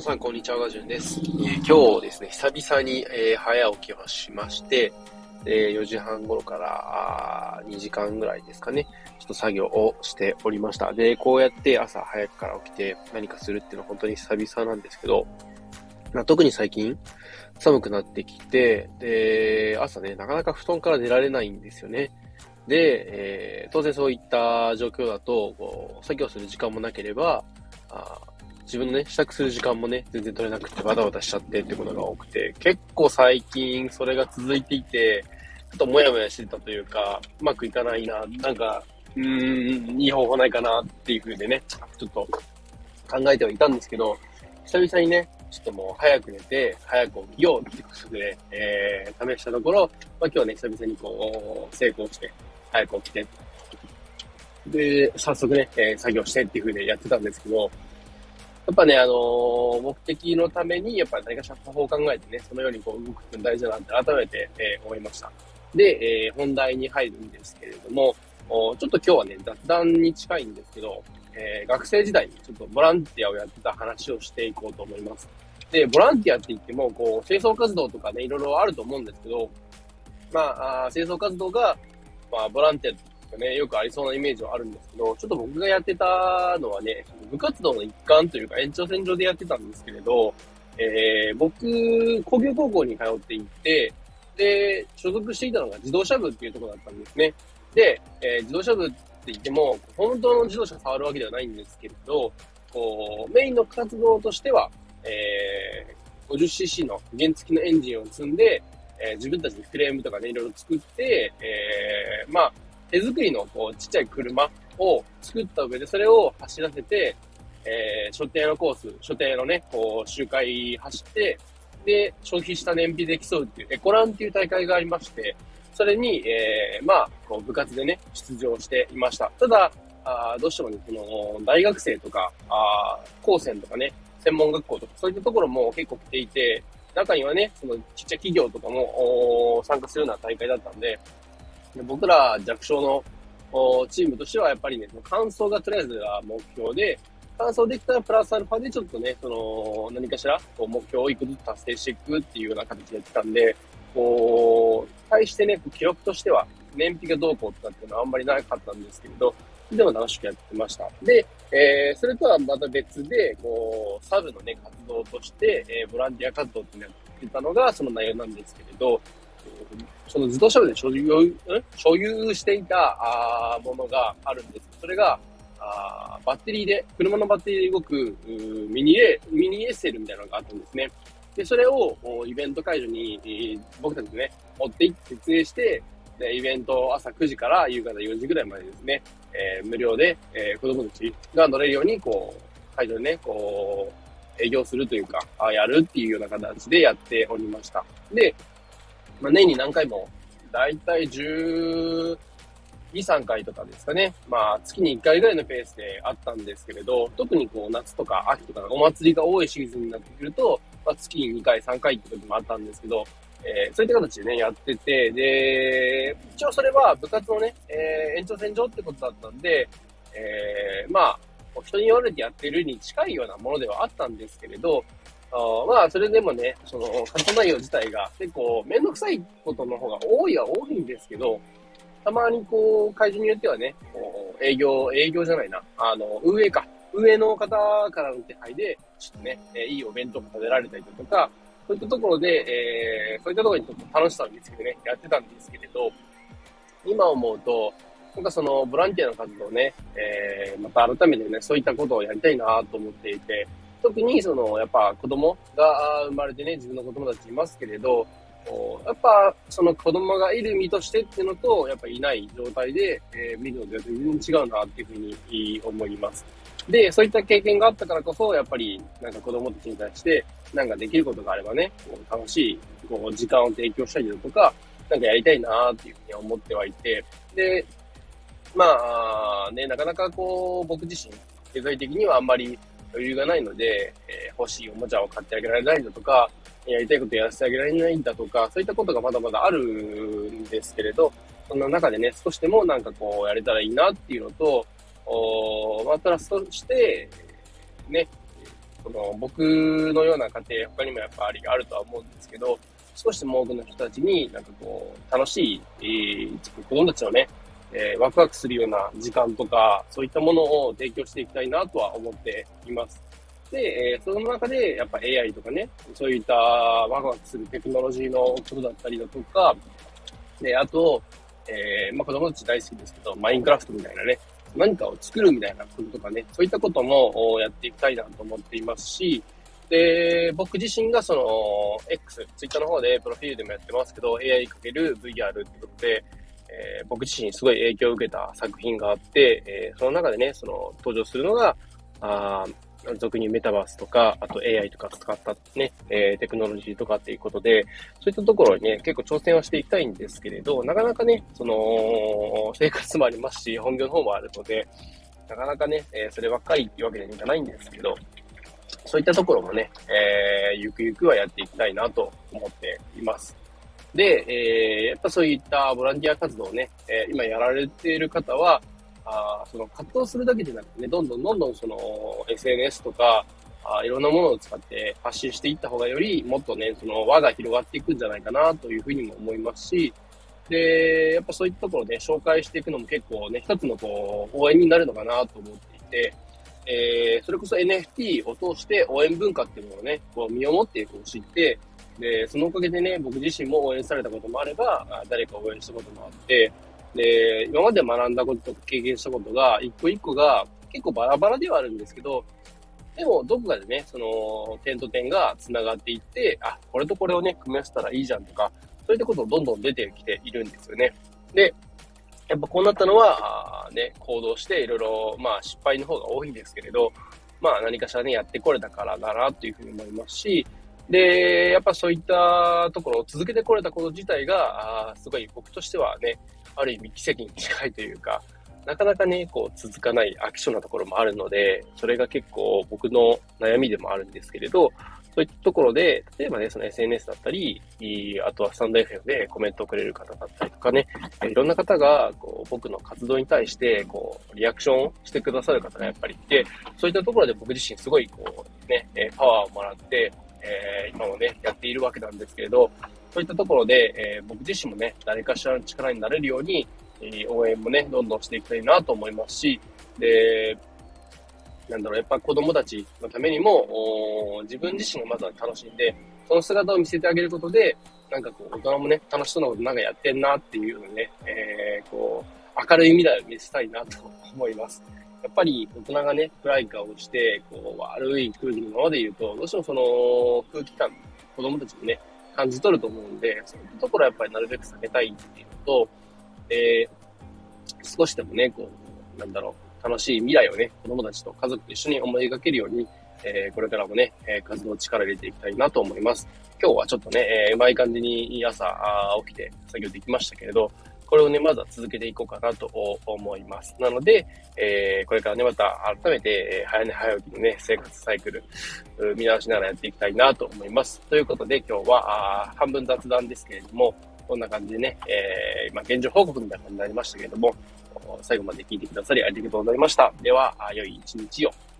皆さん、こんにちは。ガジュンです。今日ですね、久々に、早起きをしまして、4時半頃から2時間ぐらいですかね、ちょっと作業をしておりました。で、こうやって朝早くから起きて何かするっていうのは本当に久々なんですけど、特に最近寒くなってきて、で、朝ね、なかなか布団から出られないんですよね。で、当然そういった状況だと、作業する時間もなければ、自分のね、支度する時間もね、全然取れなくてバタバタしちゃってってことが多くて、結構最近それが続いていて、ちょっともやもやしてたというか、うまくいかないな、なんか、いい方法ないかなっていう風でね、ちょっと考えてはいたんですけど、久々にね、ちょっともう早く寝て、早く起きようってことで、試したところ、今日はね、久々に成功して、早く起きて、で、早速ね、作業してっていう風でやってたんですけど、やっぱね、目的のために、やっぱ何かしら方法を考えてね、そのように動くって大事だなって改めて、思いました。で、本題に入るんですけれども、ちょっと今日はね、雑談に近いんですけど、学生時代にちょっとボランティアをやってた話をしていこうと思います。で、ボランティアって言っても、清掃活動とかね、いろいろあると思うんですけど、清掃活動が、ボランティアね、よくありそうなイメージはあるんですけど、ちょっと僕がやってたのはね、部活動の一環というか延長線上でやってたんですけれど、僕、工業高校に通っていて、で、所属していたのが自動車部っていうところだったんですね。で、自動車部って言っても、本当の自動車触るわけではないんですけれど、メインの活動としては、50cc の原付のエンジンを積んで、自分たちでフレームとかね、いろいろ作って、手作りのちっちゃい車を作った上で、それを走らせて、所定のコース、所定のね、周回走って、で、消費した燃費で競うっていう、エコランっていう大会がありまして、それに、部活でね、出場していました。ただ、どうしてもね、大学生とか、高専とかね、専門学校とか、そういったところも結構来ていて、中にはね、そのちっちゃい企業とかも参加するような大会だったんで、僕ら弱小のチームとしてはやっぱりね、完走がとりあえずは目標で、完走できたらプラスアルファでちょっとね、何かしら目標を一個ずつ達成していくっていうような形でやってたんで、対してね、記録としては燃費がどうこうとかっていうのはあんまりなかったんですけれど、でも楽しくやってました。で、それとはまた別で、サブのね、活動として、ボランティア活動っていうのをやってたのがその内容なんですけれど、その自動車部で所有していたものがあるんです。それがバッテリーで、車のバッテリーで動くミニエッセルみたいなのがあったんですね。で、それをイベント会場に僕たちでね、持って行って設営して、でイベント朝9時から夕方4時ぐらいまでですね、無料で、子供たちが乗れるように、会場でね、営業するというか、やるっていうような形でやっておりました。で、年に何回も、だいたい12、3回とかですかね。月に1回ぐらいのペースであったんですけれど、特に夏とか秋とかお祭りが多いシーズンになってくると、月に2回、3回ってこともあったんですけど、そういった形でね、やってて、で、一応それは部活のね、延長線上ってことだったんで、人に言われてやってるに近いようなものではあったんですけれど、それでもね、活動内容自体が結構めんどくさいことの方が多いは多いんですけど、たまに会場によってはね、営業じゃないな、運営の方からの手配で、ちょっとね、いいお弁当が食べられたりだとか、そういったところで、そういったところにちょっと楽しさを見つけてね、やってたんですけれど、今思うと、なんかボランティアの活動をね、また改めてね、そういったことをやりたいなと思っていて、特にやっぱ子供が生まれてね、自分の子供たちいますけれど、やっぱその子供がいる身としてっていうのと、やっぱいない状態で、見るのでは全然違うなっていうふうに思います。で、そういった経験があったからこそ、やっぱりなんか子供たちに対して、なんかできることがあればね、楽しい時間を提供したりだとか、なんかやりたいなっていうふうに思ってはいて、で、なかなか僕自身、経済的にはあんまり余裕がないので、欲しいおもちゃを買ってあげられないだとか、やりたいことやらせてあげられないんだとか、そういったことがまだまだあるんですけれど、そんな中でね、少しでもなんかやれたらいいなっていうのと、プラスとして、ね、 僕のような家庭、他にもやっぱりあるとは思うんですけど、少しでも多くの人たちになんかこう、楽しい、子供たちのね、ワクワクするような時間とか、そういったものを提供していきたいなとは思っています。で、その中でやっぱ AI とかね、そういったワクワクするテクノロジーのことだったりだとか、で、あと、子供たち大好きですけど、マインクラフトみたいなね、何かを作るみたいなこととかね、そういったこともやっていきたいなと思っていますし、で、僕自身がその X、ツイッターの方でプロフィールでもやってますけど、AI×VR ってことで、僕自身すごい影響を受けた作品があって、その中でね、その登場するのが、俗にメタバースとか、あと AI とか使ったね、テクノロジーとかっていうことで、そういったところにね、結構挑戦はしていきたいんですけれど、なかなかね、その、生活もありますし、本業の方もあるので、なかなかね、そればっかりっていうわけにはいかないんですけど、そういったところもね、ゆくゆくはやっていきたいなと思っています。で、やっぱそういったボランティア活動をね、今やられている方は、その活動するだけでなくてね、どんどんその SNS とか、いろんなものを使って発信していった方がよりもっとね、その輪が広がっていくんじゃないかなというふうにも思いますし、で、やっぱそういったところで紹介していくのも結構ね、一つのこう、応援になるのかなと思っていて、それこそ NFT を通して応援文化っていうものをね、こう身をもってこう知って、で、そのおかげでね、僕自身も応援されたこともあれば、誰かを応援したこともあって、で、今まで学んだこととか経験したことが、一個一個が結構バラバラではあるんですけど、でも、どこかでね、その、点と点が繋がっていって、これとこれをね、組み合わせたらいいじゃんとか、そういったことをどんどん出てきているんですよね。で、やっぱこうなったのは、ね、行動していろいろ、失敗の方が多いんですけれど、何かしらね、やってこれたからだなというふうに思いますし、で、やっぱそういったところを続けてこれたこと自体が、すごい僕としてはね、ある意味奇跡に近いというか、なかなかね、こう続かない飽き性なところもあるので、それが結構僕の悩みでもあるんですけれど、そういったところで、例えばね、その SNS だったり、あとはスタンド FM でコメントをくれる方だったりとかね、いろんな方が、こう、僕の活動に対して、こう、リアクションをしてくださる方がやっぱりいて、そういったところで僕自身すごい、こう、ね、パワーをもらって、今もね、やっているわけなんですけれど、そういったところで、僕自身もね、誰かしらの力になれるように、応援もね、どんどんしていきたいなと思いますし、で、やっぱ子供たちのためにも、自分自身がまずは楽しんで、その姿を見せてあげることで、なんかこう、大人もね、楽しそうなことなんかやってんなっていうようなね、こう、明るい未来を見せたいなと思います。やっぱり大人がね、暗い顔をして、こう、悪い空気のままで言うと、どうしてもその空気感、子供たちもね、感じ取ると思うんで、そういったところはやっぱりなるべく避けたいっていうのと、少しでもね、こう、楽しい未来をね、子供たちと家族と一緒に思い描けるように、これからもね、活動を力入れていきたいなと思います。今日はちょっとね、うまい感じに朝起きて作業できましたけれど、これをね、まずは続けていこうかなと思います。なので、これからね、また改めて、早寝早起きのね、生活サイクル、見直しながらやっていきたいなと思います。ということで、今日は半分雑談ですけれども、こんな感じでね、現状報告みたいな感じになりましたけれども、最後まで聞いてくださりありがとうございました。では、良い一日を。